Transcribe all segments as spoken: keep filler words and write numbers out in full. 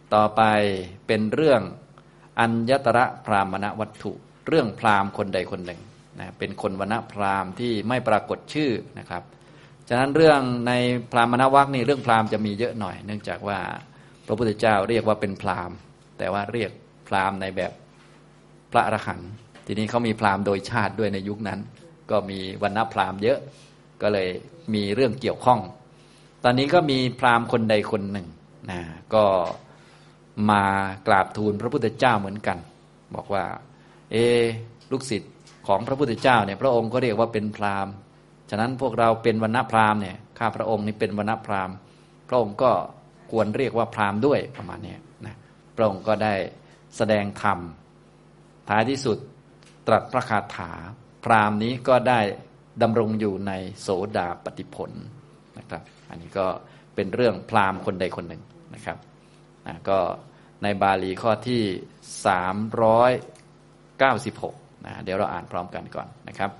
ต่อไปเป็นเรื่องอัญญตระพรามณวัตถุเรื่องพราหมณ์คนใดคนหนึ่งนะเป็นคนวรรณพราหมณ์ที่ไม่ปรากฏชื่อนะครับฉะนั้นเรื่องในพราหมณวรรคนี่เรื่องพราหมณ์จะมีเยอะหน่อยเนื่องจากว่าพระพุทธเจ้าเรียกว่าเป็นพราหมณ์แต่ว่าเรียกพราหมณ์ในแบบพระอรหันต์ทีนี้เขามีพราหมณ์โดยชาติด้วยในยุคนั้นก็มีวรรณพราหมณ์เยอะก็เลยมีเรื่องเกี่ยวข้องตอนนี้ก็มีพราหมณ์คนใดคนหนึ่งนะก็มากราบทูลพระพุทธเจ้าเหมือนกันบอกว่าเอลูกศิษย์ของพระพุทธเจ้าเนี่ยพระองค์ก็เรียกว่าเป็นพราหมณ์ฉะนั้นพวกเราเป็นวรรณพราหมณ์เนี่ยข้าพระองค์นี่เป็นวรรณพราหมณ์พระองค์ก็ควรเรียกว่าพราหมณ์ด้วยประมาณนี้นะพระองค์ก็ได้แสดงธรรมท้ายที่สุดตรัสพระคาถาพราหมณ์นี้ก็ได้ดำรงอยู่ในโสดาปัตติผลนะครับอันนี้ก็เป็นเรื่องพราหมณ์คนใดคนหนึ่งนะครับนะก็ในบาลีข้อที่สามร้อยเก้าสิบหกนะเดี๋ยวเราอ่านพร้อมกันก่อนนะครับ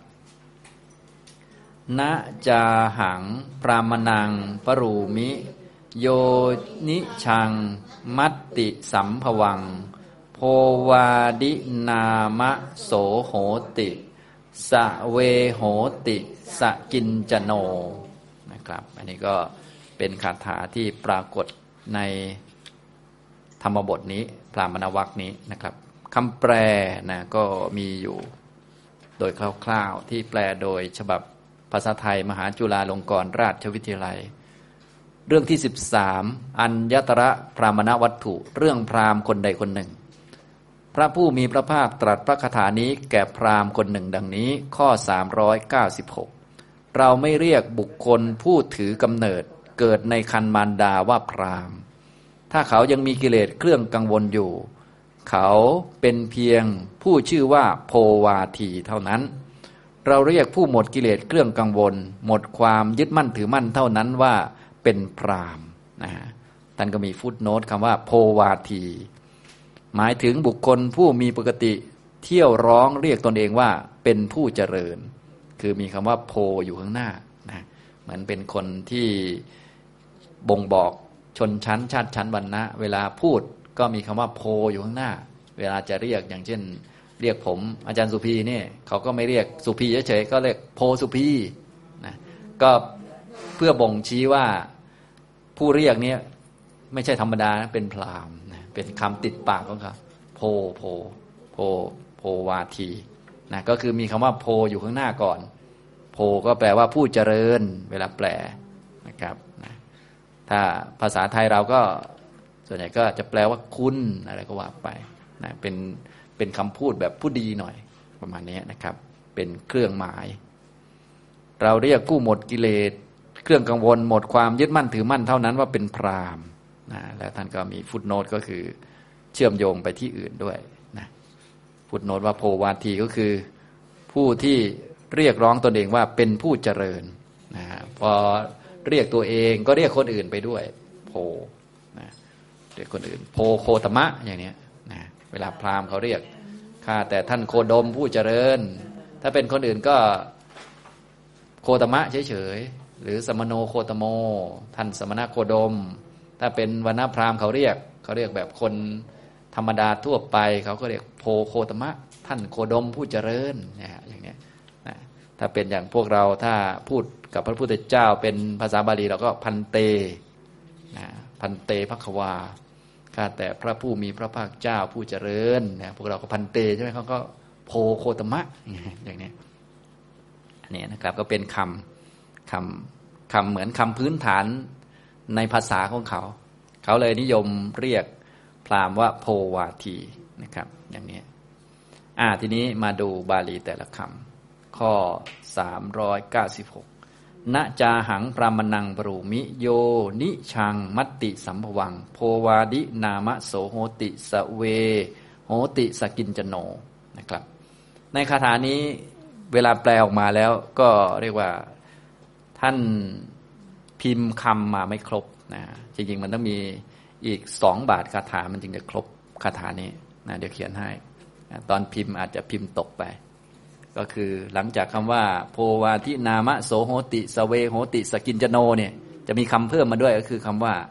นะจาหังพรามนังปรูมิโยนิชังมัตติสัมภวังโพวาดินามะโสโหติสะเวโหติสะกินจโนนะครับอันนี้ก็เป็นคาถาที่ปรากฏในธรรมบทนี้พรามณวรรคนี้นะครับคำแปลนะก็มีอยู่โดยคร่าวๆที่แปลโดยฉบับภาษาไทยมหาจุฬาลงกรณราชวิทยาลัยเรื่องที่สิบสามอัญญตระพรามณวัตถุเรื่องพราหมณ์คนใดคนหนึ่งพระผู้มีพระภาคตรัสพระคาถานี้แก่พราหมณ์คนหนึ่งดังนี้ข้อสามร้อยเก้าสิบหกเราไม่เรียกบุคคลผู้ถือกำเนิดเกิดในครรภ์มารดาว่าพราหมณ์ถ้าเขายังมีกิเลสเครื่องกังวลอยู่เขาเป็นเพียงผู้ชื่อว่าโพวาทีเท่านั้นเราเรียกผู้หมดกิเลสเครื่องกังวลหมดความยึดมั่นถือมั่นเท่านั้นว่าเป็นพราหมณ์นะฮะท่านก็มีฟุตโนตคำว่าโพวาทีหมายถึงบุคคลผู้มีปกติเที่ยวร้องเรียกตนเองว่าเป็นผู้เจริญคือมีคำว่าโพอยู่ข้างหน้านะเหมือนเป็นคนที่บ่งบอกชนชั้นชาติชั้นวรรณะเวลาพูดก็มีคำว่าโพอยู่ข้างหน้าเวลาจะเรียกอย่างเช่นเรียกผมอาจารย์สุพีเนี่ยเขาก็ไม่เรียกสุพีเฉยๆก็เรียกโพสุพีนะก็เพื่อบ่งชี้ว่าผู้เรียกเนี่ยไม่ใช่ธรรมดานะเป็นพราหมณ์นะเป็นคำติดปากของเขาโพโพโพโพวาทีนะก็คือมีคำว่าโพอยู่ข้างหน้าก่อนโพก็แปลว่าผู้เจริญเวลาแปลนะครับนะถ้าภาษาไทยเราก็ส่วนใหญ่ก็จะแปลว่าคุณอะไรก็ว่าไปนะเป็นเป็นคำพูดแบบผู้ดีหน่อยประมาณนี้นะครับเป็นเครื่องหมายเราเรียกผู้หมดกิเลสเครื่องกังวลหมดความยึดมั่นถือมั่นเท่านั้นว่าเป็นพราหมณ์นะแล้วท่านก็มีฟุตโนตก็คือเชื่อมโยงไปที่อื่นด้วยนะฟุตโนตว่าโพวาทีก็คือผู้ที่เรียกร้องตนเองว่าเป็นผู้เจริญนะพอเรียกตัวเองก็เรียกคนอื่นไปด้วยโพนะเรียกคนอื่นโพโคตมะอย่างนี้นะเวลาพราหมณ์เขาเรียกข้าแต่ท่านโคดมผู้เจริญถ้าเป็นคนอื่นก็โคตมะเฉยๆหรือสมโนโคตโมท่านสมณโคดมถ้าเป็นวรรณพราหมณ์เขาเรียกเขาเรียกแบบคนธรรมดาทั่วไปเขาก็เรียกโพโคตมะท่านโคดมผู้เจริญเนี่ยอย่างนี้นะถ้าเป็นอย่างพวกเราถ้าพูดกับพระพุทธเจ้าเป็นภาษาบาลีเราก็พันเตนะพันเตภควาข้าแต่พระผู้มีพระภาคเจ้าผู้เจริญนะพวกเราก็พันเตใช่ไหมเขาก็โพโคตมะอย่างนี้นี่นะครับก็เป็นคำคำคำเหมือนคำพื้นฐานในภาษาของเขาเขาเลยนิยมเรียกพราหมณ์ว่าโพวาทีนะครับอย่างนี้อ่าทีนี้มาดูบาลีแต่ละคำข้อสามร้อยเก้าสิบหกณจาหังพรามนังปรูมิโยนิชังมัตติสัมภวังโพวาดินามะโสโหติสเวโหติสกินจโนนะครับในคาถานี้เวลาแปลออกมาแล้วก็เรียกว่าท่านพิมพ์คำมาไม่ครบนะจริงๆมันต้องมีอีกสองบาทคาถามันจึงจะครบคาถานี้นะเดี๋ยวเขียนให้ตอนพิมพ์อาจจะพิมพ์ตกไปก็คือหลังจากคำว่าโพวาทินามะโสโหติสเวโหติสกินจโนเนี่ยจะมีคำเพิ่มมาด้วยก็คือคำว่า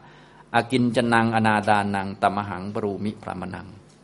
อากินจนังอนาดานังตัมหังปรูมิพรามนัง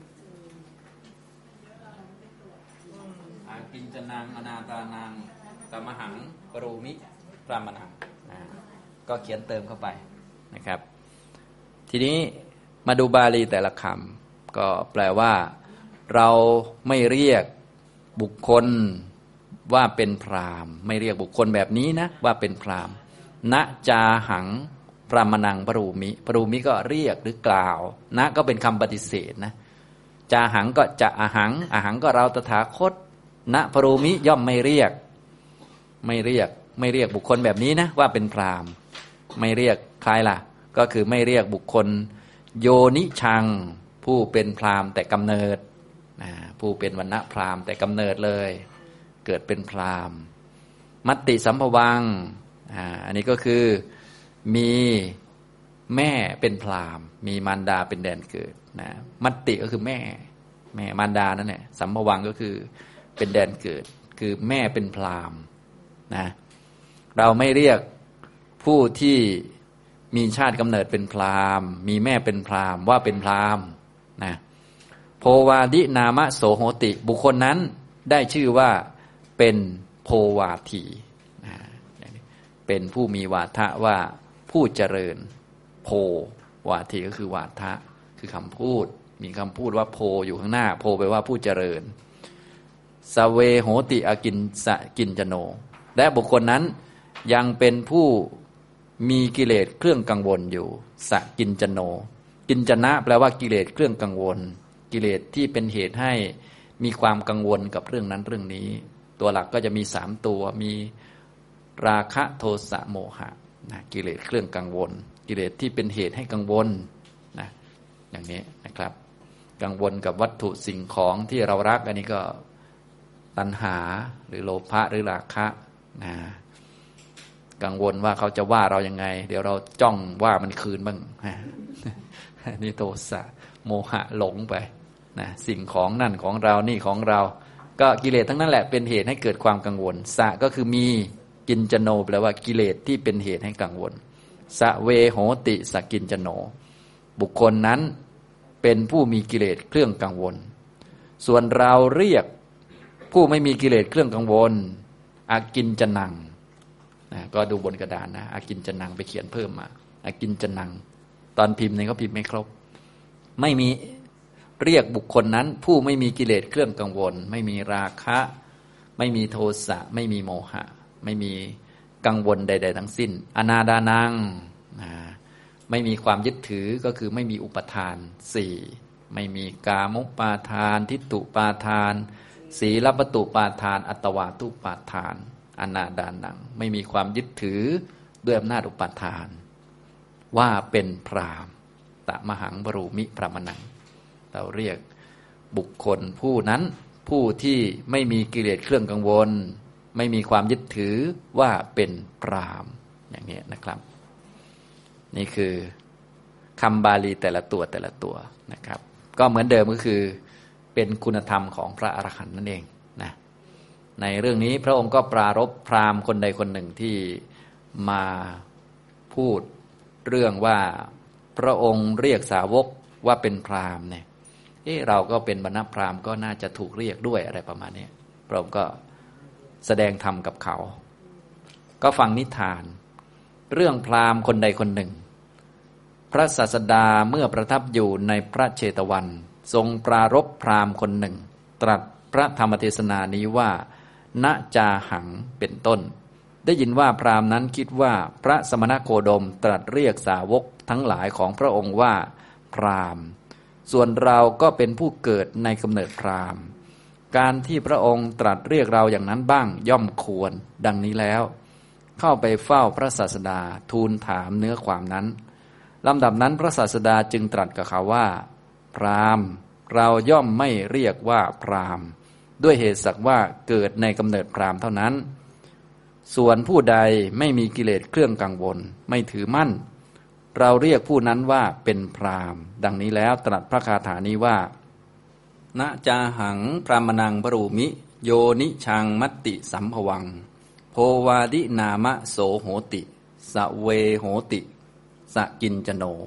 อากินจนังอนาดานังตัมหังปรูมิพรามนังก็เขียนเติมเข้าไปนะครับทีนี้มาดูบาลีแต่ละคำก็แปลว่าเราไม่เรียกบุคคลว่าเป็นพราหมณ์ไม่เรียกบุคคลแบบนี้นะว่าเป็นพราหมณ์ณจาหังพรามนังปรูมิปรูมิก็เรียกหรือกล่าวณก็เป็นคำปฏิเสธนะจาหังก็จะอาหังอาหังก็เราตถาคตณปรูมิย่อมไม่เรียกไม่เรียกไม่เรียกบุคคลแบบนี้นะว่าเป็นพราหมณ์ไม่เรียกใครล่ะก็คือไม่เรียกบุคคลโยนิชังผู้เป็นพราหมณ์แต่กำเนิดผู้เป็นวรรณะพราหมณ์แต่กำเนิดเลยเกิดเป็นพราหมณ์มัตติสัมภวังอ่าอันนี้ก็คือมีแม่เป็นพราหมณ์มีมารดาเป็นแดนเกิดนะมัตติก็คือแม่แม่มารดานั่นแหละสัมภวังก็คือเป็นแดนเกิดคือแม่เป็นพราหมณ์นะเราไม่เรียกผู้ที่มีชาติกำเนิดเป็นพราหมณ์มีแม่เป็นพราหมณ์ว่าเป็นพราหมณ์นะโพวาดินามะโสโหติบุคคลนั้นได้ชื่อว่าเป็นโพวาทีนะเป็นผู้มีวาทะว่าผู้เจริญโพวาทีก็คือวาทะคือคำพูดมีคำพูดว่าโพอยู่ข้างหน้าโพแปลว่าผู้เจริญสเวโหติอกินสกินจโนและบุคคลนั้นยังเป็นผู้มีกิเลสเครื่องกังวลอยู่สกินจโนกินจนะแปลว่ากิเลสเครื่องกังวลกิเลสที่เป็นเหตุให้มีความกังวลกับเรื่องนั้นเรื่องนี้ตัวหลักก็จะมีสามตัวมีราคะโทสะโมหะนะกิเลสเครื่องกังวลกิเลสที่เป็นเหตุให้กังวลนะอย่างนี้นะครับกังวลกับวัตถุสิ่งของที่เรารักอันนี้ก็ตัณหาหรือโลภะหรือราคะนะกังวลว่าเขาจะว่าเรายังไงเดี๋ยวเราจ้องว่ามันคืนบ้างนี่โทสะโมหะหลงไปนะสิ่งของนั่นของเรานี่ของเราก็กิเลสทั้งนั้นแหละเป็นเหตุให้เกิดความกังวลสะก็คือมีกินจโนแปลว่ากิเลสที่เป็นเหตุให้กังวลสะเวโหติสกินจโนบุคคลนั้นเป็นผู้มีกิเลสเครื่องกังวลส่วนเราเรียกผู้ไม่มีกิเลสเครื่องกังวลอากินจนังนะก็ดูบนกระดานนะอากินจนังไปเขียนเพิ่มมาอากินจนังตอนพิมพ์เนี่ยเขาพิมพ์ไม่ครบไม่มีเรียกบุคคลนั้นผู้ไม่มีกิเลสเครื่องกังวลไม่มีราคะไม่มีโทสะไม่มีโมหะไม่มีกังวลใดๆทั้งสิ้นอนาดานังนะไม่มีความยึดถือก็คือไม่มีอุปทานสี่ไม่มีกามุปาทานทิฏฐุปาทานศีลปตุปาทานอัตวาทุปาทานอนาดานังไม่มีความยึดถือด้วยอำนาจอุปาทานว่าเป็นพราหมณ์ตมหังปรูมิพรามนังเราเรียกบุคคลผู้นั้นผู้ที่ไม่มีกิเลสเครื่องกังวลไม่มีความยึดถือว่าเป็นพราหมณ์อย่างนี้นะครับนี่คือคำบาลีแต่ละตัวแต่ละตัวนะครับก็เหมือนเดิมก็คือเป็นคุณธรรมของพระอรหันต์นั่นเองนะในเรื่องนี้พระองค์ก็ปรารภพราหมณ์คนใดคนหนึ่งที่มาพูดเรื่องว่าพระองค์เรียกสาวกว่าเป็นพราหมณ์เนี่ยเอ๊ะเราก็เป็นบรรณพราหมณ์ก็น่าจะถูกเรียกด้วยอะไรประมาณนี้พระองค์ก็แสดงธรรมกับเขาก็ฟังนิทานเรื่องพราหมณ์คนใดคนหนึ่งพระศาสดาเมื่อประทับอยู่ในพระเชตวันทรงปรารภพราหมณ์คนหนึ่งตรัสพระธรรมเทศนานี้ว่าณจาหังเป็นต้นได้ยินว่าพราหมณ์นั้นคิดว่าพระสมณโคดมตรัสเรียกสาวกทั้งหลายของพระองค์ว่าพราหมณ์ส่วนเราก็เป็นผู้เกิดในกำเนิดพราหมณ์การที่พระองค์ตรัสเรียกเราอย่างนั้นบ้างย่อมควรดังนี้แล้วเข้าไปเฝ้าพระศาสดาทูลถามเนื้อความนั้นลำดับนั้นพระศาสดาจึงตรัสกับเขาว่าพราหมณ์เราย่อมไม่เรียกว่าพราหมณ์ด้วยเหตุสักว่าเกิดในกำเนิดพราหมณ์เท่านั้นส่วนผู้ใดไม่มีกิเลสเครื่องกังวลไม่ถือมั่นเราเรียกผู้นั้นว่าเป็นพราหมณ์ดังนี้แล้วตรัสพระคาถานี้ว่าณจาหังพรามนังปรูมิโยนิชังมัตติสัมภวังโพวาดินามะโสโหติสเวโหติสกินจโน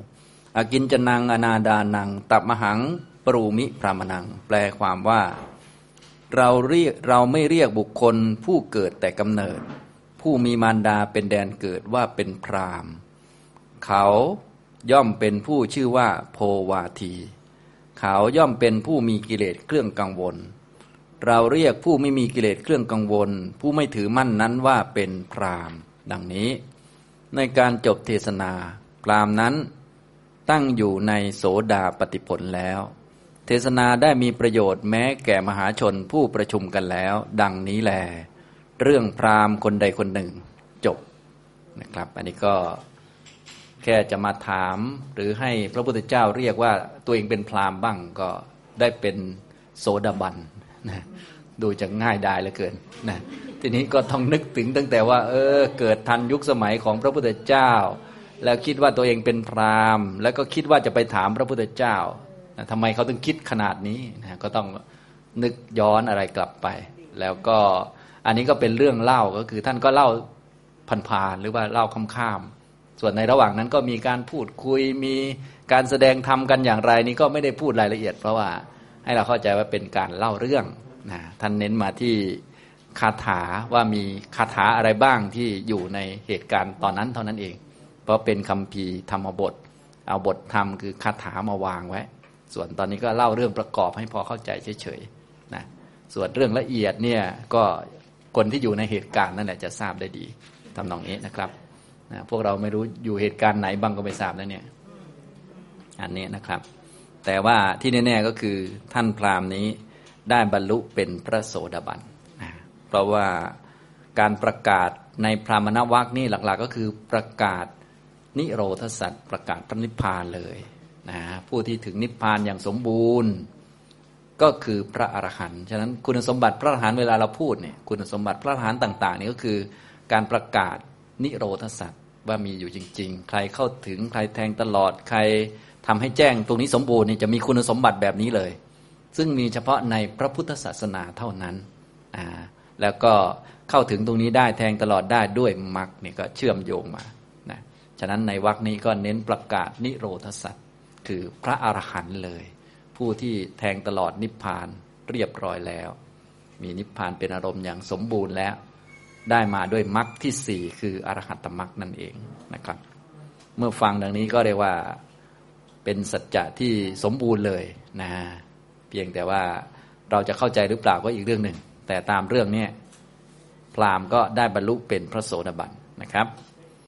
อกินจนังอนาดานังตับมหังปรูมิพรามนังแปลความว่าเราเรียกเราไม่เรียกบุคคลผู้เกิดแต่กำเนิดผู้มีมารดาเป็นแดนเกิดว่าเป็นพราหมณ์เขาย่อมเป็นผู้ชื่อว่าโพวาทีเขาย่อมเป็นผู้มีกิเลสเครื่องกังวลเราเรียกผู้ไม่มีกิเลสเครื่องกังวลผู้ไม่ถือมั่นนั้นว่าเป็นพราหมณ์ดังนี้ในการจบเทศนาพราหมณ์นั้นตั้งอยู่ในโสดาปัตติผลแล้วเทศนาได้มีประโยชน์แม้แก่มหาชนผู้ประชุมกันแล้วดังนี้แลเรื่องพราหมณ์คนใดคนหนึ่งจบนะครับอันนี้ก็แค่จะมาถามหรือให้พระพุทธเจ้าเรียกว่าตัวเองเป็นพราหมณ์บ้างก็ได้เป็นโสดาบันนะดูจะง่ายดายเหลือเกินนะทีนี้ก็ต้องนึกถึงตั้งแต่ว่าเออเกิดทันยุคสมัยของพระพุทธเจ้าแล้วคิดว่าตัวเองเป็นพราหมณ์แล้วก็คิดว่าจะไปถามพระพุทธเจ้านะทำไมเขาถึงคิดขนาดนี้นะก็ต้องนึกย้อนอะไรกลับไปแล้วก็อันนี้ก็เป็นเรื่องเล่าก็คือท่านก็เล่าผ่านๆหรือว่าเล่าค่ำๆส่วนในระหว่างนั้นก็มีการพูดคุยมีการแสดงธรรมกันอย่างไรนี่ก็ไม่ได้พูดรายละเอียดเพราะว่าให้เราเข้าใจว่าเป็นการเล่าเรื่องนะท่านเน้นมาที่คาถาว่ามีคาถาอะไรบ้างที่อยู่ในเหตุการณ์ตอนนั้นเท่านั้นเองเพราะเป็นคัมภีร์ธรรมบทเอาบทธรรมคือคาถามาวางไว้ส่วนตอนนี้ก็เล่าเรื่องประกอบให้พอเข้าใจเฉยๆนะส่วนเรื่องละเอียดเนี่ยก็คนที่อยู่ในเหตุการณ์นั่นแหละจะทราบได้ดีทำนองนี้นะครับนะพวกเราไม่รู้อยู่เหตุการณ์ไหนบ้างก็ไม่ทราบแล้วเนี่ยอันนี้นะครับแต่ว่าที่แน่ๆก็คือท่านพราหมณ์นี้ได้บรรลุเป็นพระโสดาบันนะเพราะว่าการประกาศในพรามณวรรคนี่หลักๆก็คือประกาศนิโรธสัจประกาศพระนิพพานเลยนะผู้ที่ถึงนิพพานอย่างสมบูรณ์ก็คือพระอรหันต์ฉะนั้นคุณสมบัติพระอรหันต์เวลาเราพูดเนี่ยคุณสมบัติพระอรหันต์ต่างๆนี่ก็คือการประกาศนิโรธสัจว่ามีอยู่จริงๆใครเข้าถึงใครแทงตลอดใครทำให้แจ้งตรงนี้สมบูรณ์นี่จะมีคุณสมบัติแบบนี้เลยซึ่งมีเฉพาะในพระพุทธศาสนาเท่านั้นอ่าแล้วก็เข้าถึงตรงนี้ได้แทงตลอดได้ด้วยมรรคนี่ก็เชื่อมโยงมานะฉะนั้นในวรรคนี้ก็เน้นประกาศนิโรธสัจคือพระอรหันต์เลยผู้ที่แทงตลอดนิพพานเรียบร้อยแล้วมีนิพพานเป็นอารมณ์อย่างสมบูรณ์แล้วได้มาด้วยมรรคที่สี่คืออรหัตตมรรคนั่นเองนะครับเมื่อฟังดังนี้ก็เรียกว่าเป็นสัจจะที่สมบูรณ์เลยนะเพียงแต่ว่าเราจะเข้าใจหรือเปล่าก็อีกเรื่องหนึ่งแต่ตามเรื่องนี้พราหมณ์ก็ได้บรรลุเป็นพระโสดาบันนะครับ